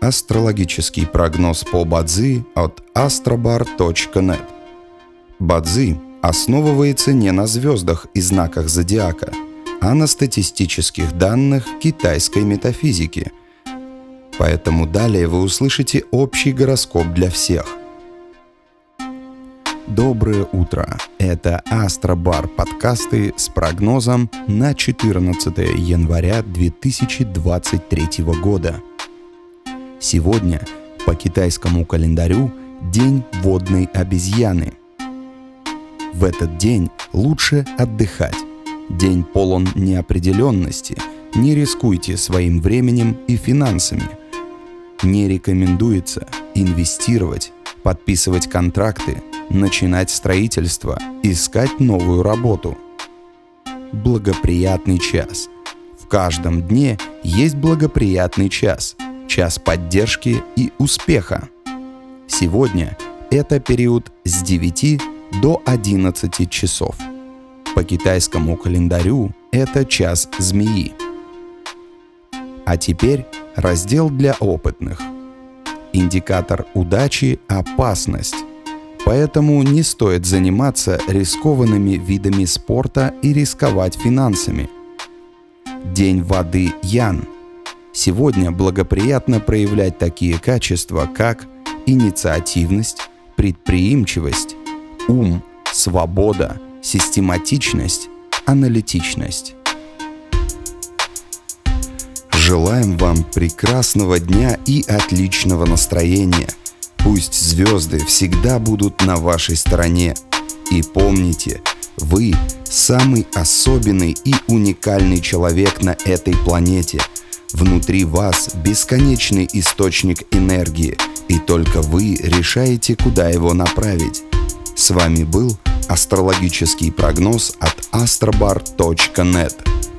Астрологический прогноз по Бадзи от astrobar.net. Бадзи основывается не на звездах и знаках зодиака, а на статистических данных китайской метафизики. Поэтому далее вы услышите общий гороскоп для всех. Доброе утро! Это Астробар подкасты с прогнозом на 14 января 2023 года. Сегодня по китайскому календарю День водной обезьяны. В этот день лучше отдыхать. День полон неопределенности. Не рискуйте своим временем и финансами. Не рекомендуется инвестировать, подписывать контракты, начинать строительство, искать новую работу. Благоприятный час. В каждом дне есть благоприятный час. Час поддержки и успеха. Сегодня это период с 9 до 11 часов. По китайскому календарю это час змеи. А теперь раздел для опытных. Индикатор удачи – опасность. Поэтому не стоит заниматься рискованными видами спорта и рисковать финансами. День воды Ян. Сегодня благоприятно проявлять такие качества, как инициативность, предприимчивость, ум, свобода, систематичность, аналитичность. Желаем вам прекрасного дня и отличного настроения. Пусть звезды всегда будут на вашей стороне. И помните, вы самый особенный и уникальный человек на этой планете. Внутри вас бесконечный источник энергии, и только вы решаете, куда его направить. С вами был астрологический прогноз от astrobar.net.